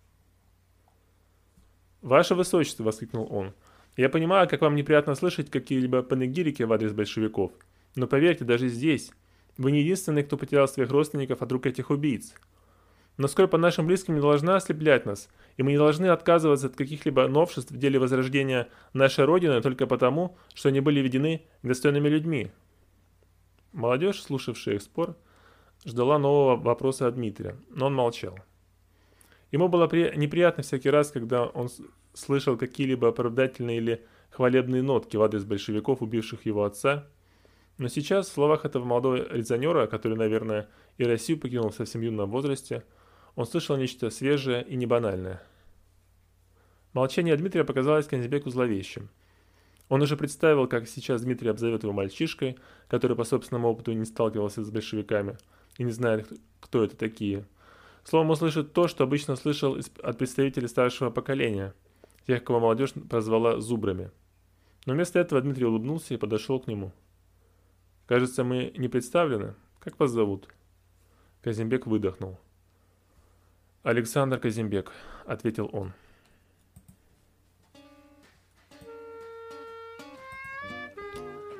«Ваше Высочество!» — воскликнул он. «Я понимаю, как вам неприятно слышать какие-либо панегирики в адрес большевиков, но поверьте, даже здесь вы не единственный, кто потерял своих родственников от рук этих убийц. Но сколько нашим близким не должна ослеплять нас, и мы не должны отказываться от каких-либо новшеств в деле возрождения нашей Родины только потому, что они были введены достойными людьми». Молодежь, слушавшая их спор, ждала нового вопроса от Дмитрия, но он молчал. Ему было неприятно всякий раз, когда он слышал какие-либо оправдательные или хвалебные нотки в адрес большевиков, убивших его отца. Но сейчас в словах этого молодого резонера, который, наверное, и Россию покинул в совсем юном возрасте, он слышал нечто свежее и небанальное. Молчание Дмитрия показалось Казимбеку зловещим. Он уже представил, как сейчас Дмитрий обзовет его мальчишкой, который по собственному опыту не сталкивался с большевиками и не знает, кто это такие. Словом, услышит то, что обычно слышал от представителей старшего поколения, тех, кого молодежь прозвала зубрами. Но вместо этого Дмитрий улыбнулся и подошел к нему. «Кажется, мы не представлены. Как вас зовут?» Казимбек выдохнул. «Александр Казимбек», — ответил он.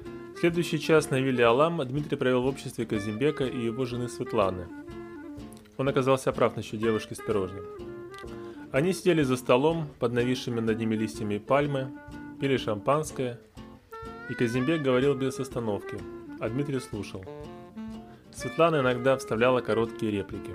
Следующий час на вилле Алам Дмитрий провел в обществе Казимбека и его жены Светланы. Он оказался прав насчет девушки с пирожным. Они сидели за столом под нависшими над ними листьями пальмы, пили шампанское, и Казимбек говорил без остановки, а Дмитрий слушал. Светлана иногда вставляла короткие реплики.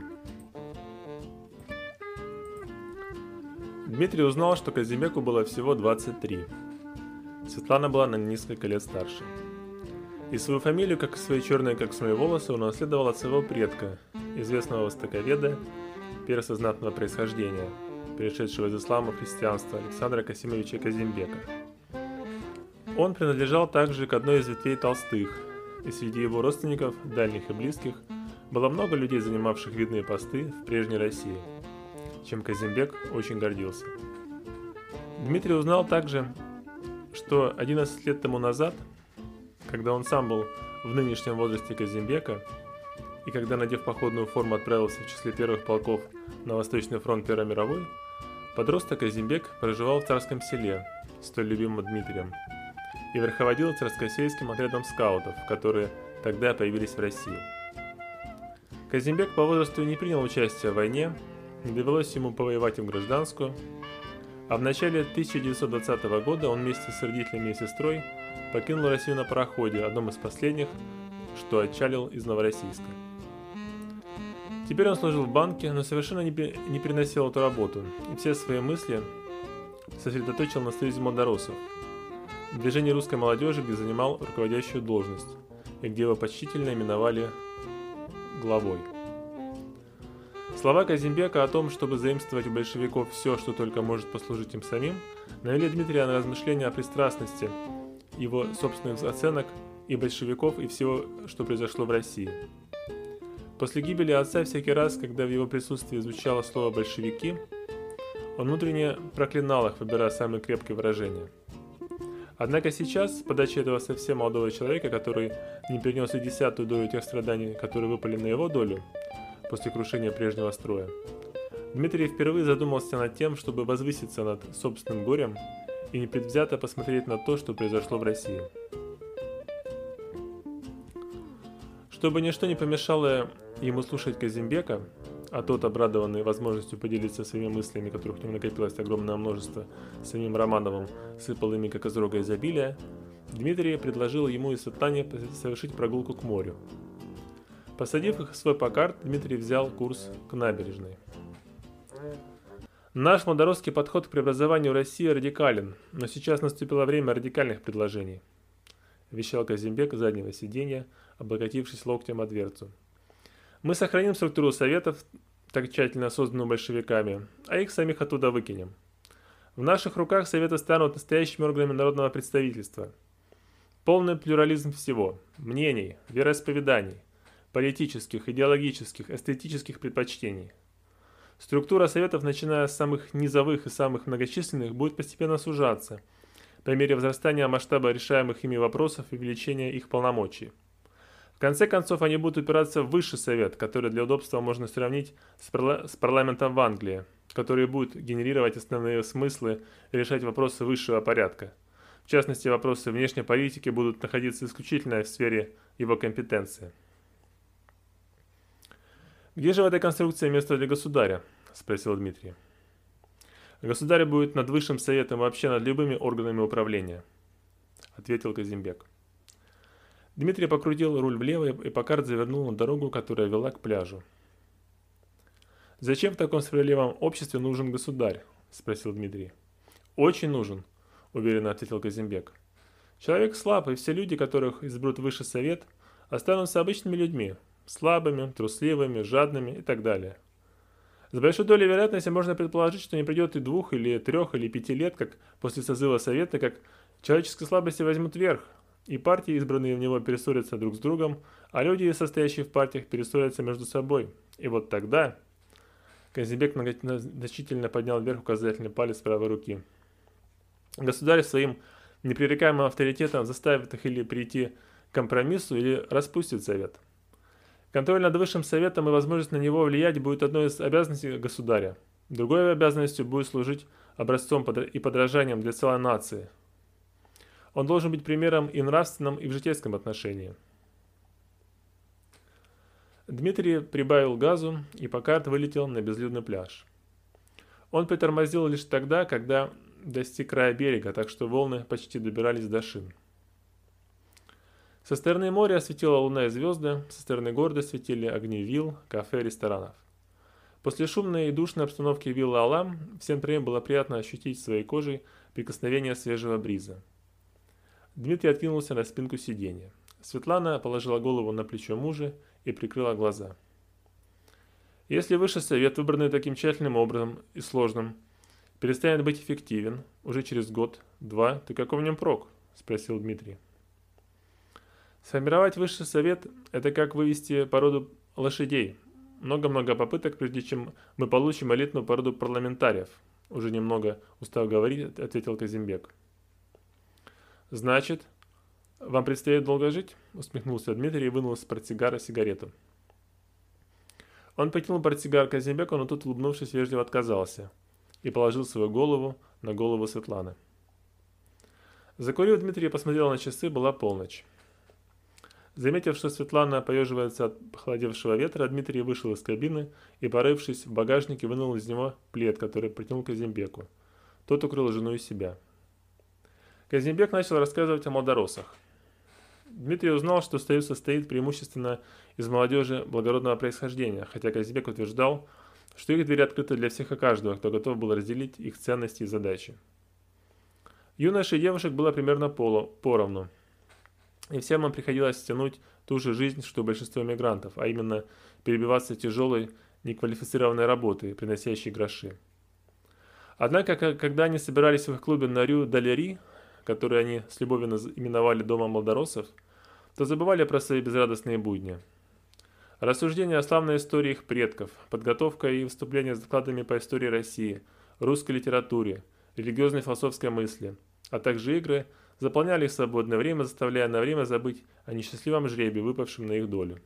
Дмитрий узнал, что Казимбеку было всего 23. Светлана была на несколько лет старше. И свою фамилию, как и свои черные, как свои волосы, он унаследовал от своего предка, известного востоковеда, перса знатного происхождения, перешедшего из ислама в христианство, Александра Касимовича Казимбека. Он принадлежал также к одной из ветвей Толстых, и среди его родственников, дальних и близких, было много людей, занимавших видные посты в прежней России, чем Казимбек очень гордился. Дмитрий узнал также, что 11 лет тому назад, когда он сам был в нынешнем возрасте Казимбека, и когда, надев походную форму, отправился в числе первых полков на Восточный фронт Первой мировой, подросток Казимбек проживал в Царском селе, столь любимом Дмитрием, и руководил царскосельским отрядом скаутов, которые тогда появились в России. Казимбек по возрасту не принял участия в войне, не довелось ему повоевать в гражданскую, а в начале 1920 года он вместе с родителями и сестрой покинул Россию на пароходе, одном из последних, что отчалил из Новороссийска. Теперь он служил в банке, но совершенно не переносил эту работу, и все свои мысли сосредоточил на союзе молдоросов, движении русской молодежи, где занимал руководящую должность, и где его почтительно именовали главой. Слова Казимбека о том, чтобы заимствовать у большевиков все, что только может послужить им самим, навели Дмитрия на размышления о пристрастности его собственных оценок и большевиков, и всего, что произошло в России. После гибели отца всякий раз, когда в его присутствии звучало слово «большевики», он внутренне проклинал их, выбирая самые крепкие выражения. Однако сейчас, с подачи этого совсем молодого человека, который не перенес и 10-ую долю тех страданий, которые выпали на его долю после крушения прежнего строя, Дмитрий впервые задумался над тем, чтобы возвыситься над собственным горем и непредвзято посмотреть на то, что произошло в России. Чтобы ничто не помешало ему слушать Казимбека, а тот, обрадованный возможностью поделиться своими мыслями, которых у него накопилось огромное множество, самим Романовым сыпал ими как из рога изобилия, Дмитрий предложил ему и Светлане совершить прогулку к морю. Посадив их в свой Паккарт, Дмитрий взял курс к набережной. Наш молдоросский подход к преобразованию России радикален, но сейчас наступило время радикальных предложений, вещал Казимбек с заднего сиденья, облокотившись локтем о дверцу. Мы сохраним структуру советов, так тщательно созданную большевиками, а их самих оттуда выкинем. В наших руках советы станут настоящими органами народного представительства. Полный плюрализм всего – мнений, вероисповеданий, политических, идеологических, эстетических предпочтений. Структура советов, начиная с самых низовых и самых многочисленных, будет постепенно сужаться, по мере возрастания масштаба решаемых ими вопросов и увеличения их полномочий. В конце концов, они будут упираться в высший совет, который для удобства можно сравнить с парламентом в Англии, который будет генерировать основные смыслы и решать вопросы высшего порядка. В частности, вопросы внешней политики будут находиться исключительно в сфере его компетенции. «Где же в этой конструкции место для государя?» – спросил Дмитрий. «Государь будет над высшим советом и вообще над любыми органами управления», – ответил Казимбек. Дмитрий покрутил руль влево, и Паккарт завернул на дорогу, которая вела к пляжу. «Зачем в таком справедливом обществе нужен государь?» – спросил Дмитрий. «Очень нужен», – уверенно ответил Казимбек. «Человек слаб, и все люди, которых изберут высший совет, останутся обычными людьми, слабыми, трусливыми, жадными и так далее. С большой долей вероятности можно предположить, что не пройдет и 2 или 3 или 5 лет, как после созыва совета, как человеческие слабости возьмут верх, и партии, избранные в него, перессорятся друг с другом, а люди, состоящие в партиях, перессорятся между собой. И вот тогда...» Казимбек значительно поднял вверх указательный палец правой руки. «Государь своим непререкаемым авторитетом заставит их или прийти к компромиссу, или распустит совет. Контроль над высшим советом и возможность на него влиять будет одной из обязанностей государя. Другой обязанностью будет служить образцом и подражанием для целой нации. Он должен быть примером и в нравственном, и в житейском отношении. Дмитрий прибавил газу, и Паккард вылетел на безлюдный пляж. Он притормозил лишь тогда, когда достиг края берега, так что волны почти добирались до шин. Со стороны моря светила луна и звезды, со стороны города светили огни вилл, кафе, ресторанов. После шумной и душной обстановки виллы Алам всем троим было приятно ощутить своей кожей прикосновение свежего бриза. Дмитрий откинулся на спинку сиденья. Светлана положила голову на плечо мужа и прикрыла глаза. Если высший совет, выбранный таким тщательным образом и сложным, перестанет быть эффективен уже через год-два, то какой в нем прок? Спросил Дмитрий. Сформировать высший совет – это как вывести породу лошадей. Много-много попыток, прежде чем мы получим элитную породу парламентариев. Уже немного устав говорить, ответил Казимбек. Значит, вам предстоит долго жить? Усмехнулся Дмитрий и вынул из портсигара сигарету. Он потянул портсигар Казимбеку, но тот, улыбнувшись, вежливо отказался и положил свою голову на голову Светланы. Закурив, Дмитрий посмотрел на часы, была полночь. Заметив, что Светлана поеживается от похолодевшего ветра, Дмитрий вышел из кабины и, порывшись в багажнике, вынул из него плед, который протянул Казимбеку. Тот укрыл жену и себя. Казимбек начал рассказывать о молдоросах. Дмитрий узнал, что союз состоит преимущественно из молодежи благородного происхождения, хотя Казимбек утверждал, что их двери открыты для всех и каждого, кто готов был разделить их ценности и задачи. Юношей и девушек было примерно поровну. И всем им приходилось тянуть ту же жизнь, что и большинство мигрантов, а именно перебиваться тяжелой, неквалифицированной работой, приносящей гроши. Однако, когда они собирались в их клубе на Рю-Далери, который они с любовью именовали «Домом молдоросов», то забывали про свои безрадостные будни. Рассуждения о славной истории их предков, подготовка и выступления с докладами по истории России, русской литературе, религиозной философской мысли, а также игры – заполняли их свободное время, заставляя на время забыть о несчастливом жребии, выпавшем на их долю.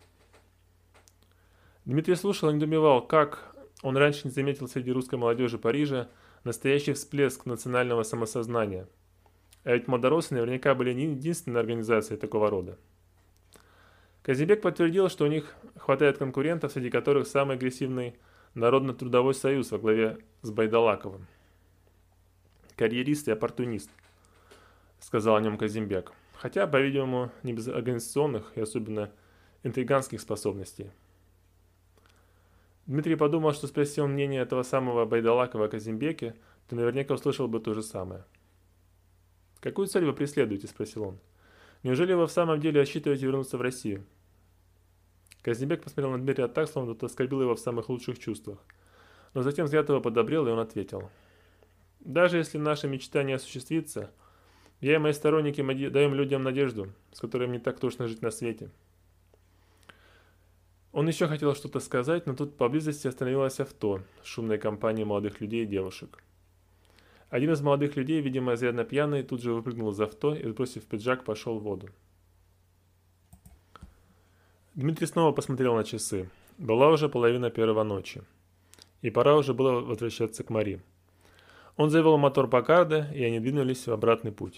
Дмитрий слушал и недоумевал, как он раньше не заметил среди русской молодежи Парижа настоящий всплеск национального самосознания. А ведь молдоросы наверняка были не единственной организацией такого рода. Казимбек подтвердил, что у них хватает конкурентов, среди которых самый агрессивный Народно-трудовой союз во главе с Байдалаковым. Карьерист и оппортунист, сказал о нем Казимбек, хотя, по-видимому, не без организационных и особенно интриганских способностей. Дмитрий подумал, что спросил мнение этого самого Байдалакова о Казимбеке, то наверняка услышал бы то же самое. «Какую цель вы преследуете?» – спросил он. «Неужели вы в самом деле рассчитываете вернуться в Россию?» Казимбек посмотрел на Дмитрия так, словно тот оскорбил его в самых лучших чувствах. Но затем взгляд его подобрел, и он ответил. «Даже если наша мечта не осуществится, я и мои сторонники даем людям надежду, с которой мне так тошно жить на свете». Он еще хотел что-то сказать, но тут поблизости остановилось авто с шумной компанией молодых людей и девушек. Один из молодых людей, видимо, изрядно пьяный, тут же выпрыгнул из авто и, сбросив пиджак, пошел в воду. Дмитрий снова посмотрел на часы. Была уже 1:30 ночи. И пора уже было возвращаться к Мари. Он завел мотор Паккарда, и они двинулись в обратный путь.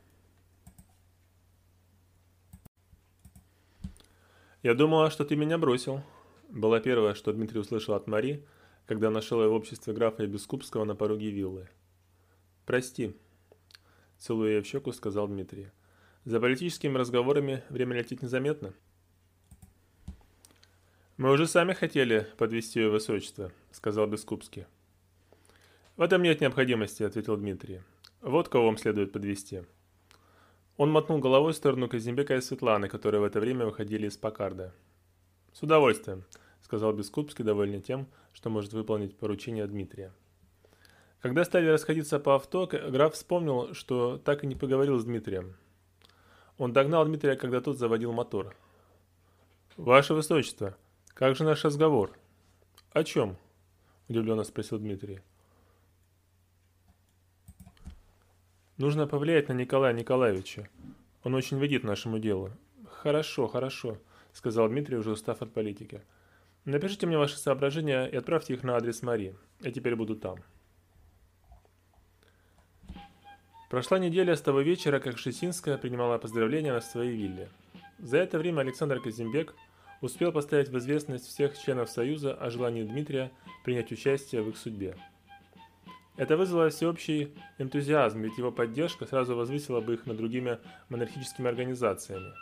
«Я думала, что ты меня бросил», — было первое, что Дмитрий услышал от Мари, когда нашел ее в обществе графа Бескупского на пороге виллы. «Прости», — целуя ее в щеку, сказал Дмитрий. «За политическими разговорами время летит незаметно». «Мы уже сами хотели подвести ее высочество», — сказал Бескупский. «В этом нет необходимости», — ответил Дмитрий. «Вот кого вам следует подвести». Он мотнул головой в сторону Казимбека и Светланы, которые в это время выходили из Паккарда. «С удовольствием», — сказал Бескупский, довольный тем, что может выполнить поручение Дмитрия. Когда стали расходиться по авто, граф вспомнил, что так и не поговорил с Дмитрием. Он догнал Дмитрия, когда тот заводил мотор. «Ваше высочество, как же наш разговор?» «О чем?» – удивленно спросил Дмитрий. «Нужно повлиять на Николая Николаевича. Он очень вредит нашему делу». «Хорошо, хорошо», – сказал Дмитрий, уже устав от политики. «Напишите мне ваши соображения и отправьте их на адрес Мари. Я теперь буду там». Прошла неделя с того вечера, как Шесинская принимала поздравления на своей вилле. За это время Александр Казимбек успел поставить в известность всех членов Союза о желании Дмитрия принять участие в их судьбе. Это вызвало всеобщий энтузиазм, ведь его поддержка сразу возвысила бы их над другими монархическими организациями.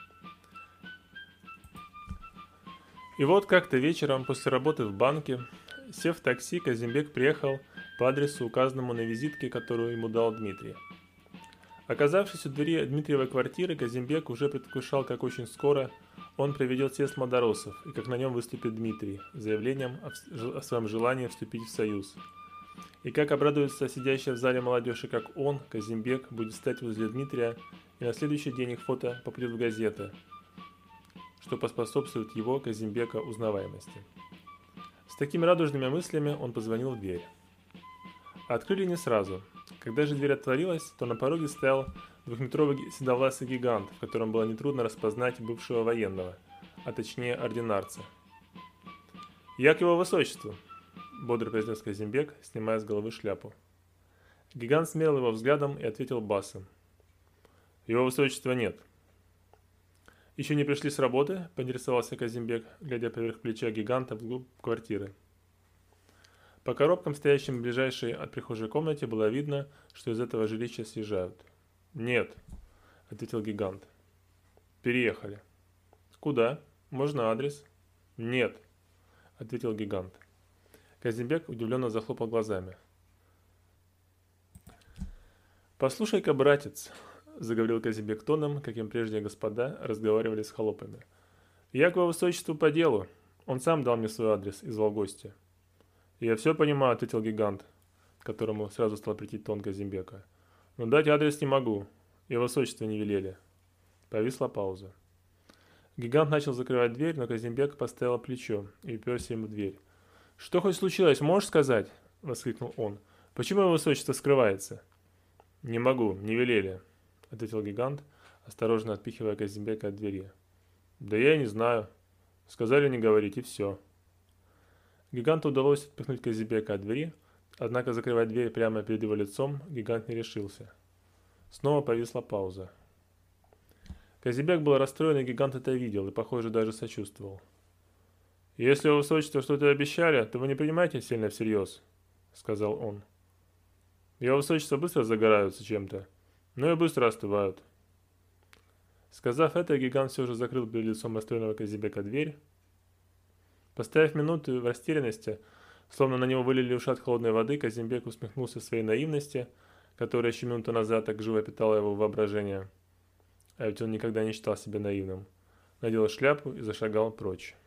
И вот как-то вечером после работы в банке, сев в такси, Казимбек приехал по адресу, указанному на визитке, которую ему дал Дмитрий. Оказавшись у двери Дмитриевой квартиры, Казимбек уже предвкушал, как очень скоро он проведет съезд младоросов и как на нем выступит Дмитрий с заявлением о своем желании вступить в союз. И как обрадуется сидящая в зале молодежь, и как он, Казимбек, будет стоять возле Дмитрия, и на следующий день их фото попадет в газеты, что поспособствует его, Казимбека, узнаваемости. С такими радужными мыслями он позвонил в дверь. Открыли не сразу. Когда же дверь отворилась, то на пороге стоял двухметровый седовласый гигант, в котором было нетрудно распознать бывшего военного, а точнее ординарца. «Я к его высочеству», — бодро произнес Казимбек, снимая с головы шляпу. Гигант смерил его взглядом и ответил басом: «Его высочества нет». «Еще не пришли с работы?» — поинтересовался Казимбек, глядя поверх плеча гиганта вглубь квартиры. По коробкам, стоящим в ближайшей от прихожей комнате, было видно, что из этого жилища съезжают. «Нет», — ответил гигант. «Переехали». «Куда? Можно адрес?» «Нет», — ответил гигант. Казимбек удивленно захлопал глазами. «Послушай-ка, братец», — заговорил Казимбек тоном, каким прежде господа разговаривали с холопами. «Я к его высочеству по делу. Он сам дал мне свой адрес и звал гостя». «Я все понимаю», — ответил гигант, которому сразу стал претить тон Казимбека. «Но дать адрес не могу. Его высочество не велели». Повисла пауза. Гигант начал закрывать дверь, но Казимбек поставил плечо и уперся ему в дверь. «Что хоть случилось, можешь сказать?» — воскликнул он. «Почему его высочество скрывается?» «Не могу, не велели», — ответил гигант, осторожно отпихивая Казимбека от двери. «Да я и не знаю. Сказали не говорить, и все». Гиганту удалось отпихнуть Казимбека от двери, однако закрывать дверь прямо перед его лицом гигант не решился. Снова повисла пауза. Казимбек был расстроен, и гигант это видел, и, похоже, даже сочувствовал. «Если у высочества что-то обещали, то вы не принимайте сильно всерьез», — сказал он. «Его высочество быстро загораются чем-то, но и быстро остывают». Сказав это, гигант все же закрыл перед лицом расстроенного Казимбека дверь. Поставив минуту в растерянности, словно на него вылили ушат холодной воды, Казимбек усмехнулся своей наивности, которая еще минуту назад так живо питала его воображение. А ведь он никогда не считал себя наивным. Надел шляпу и зашагал прочь.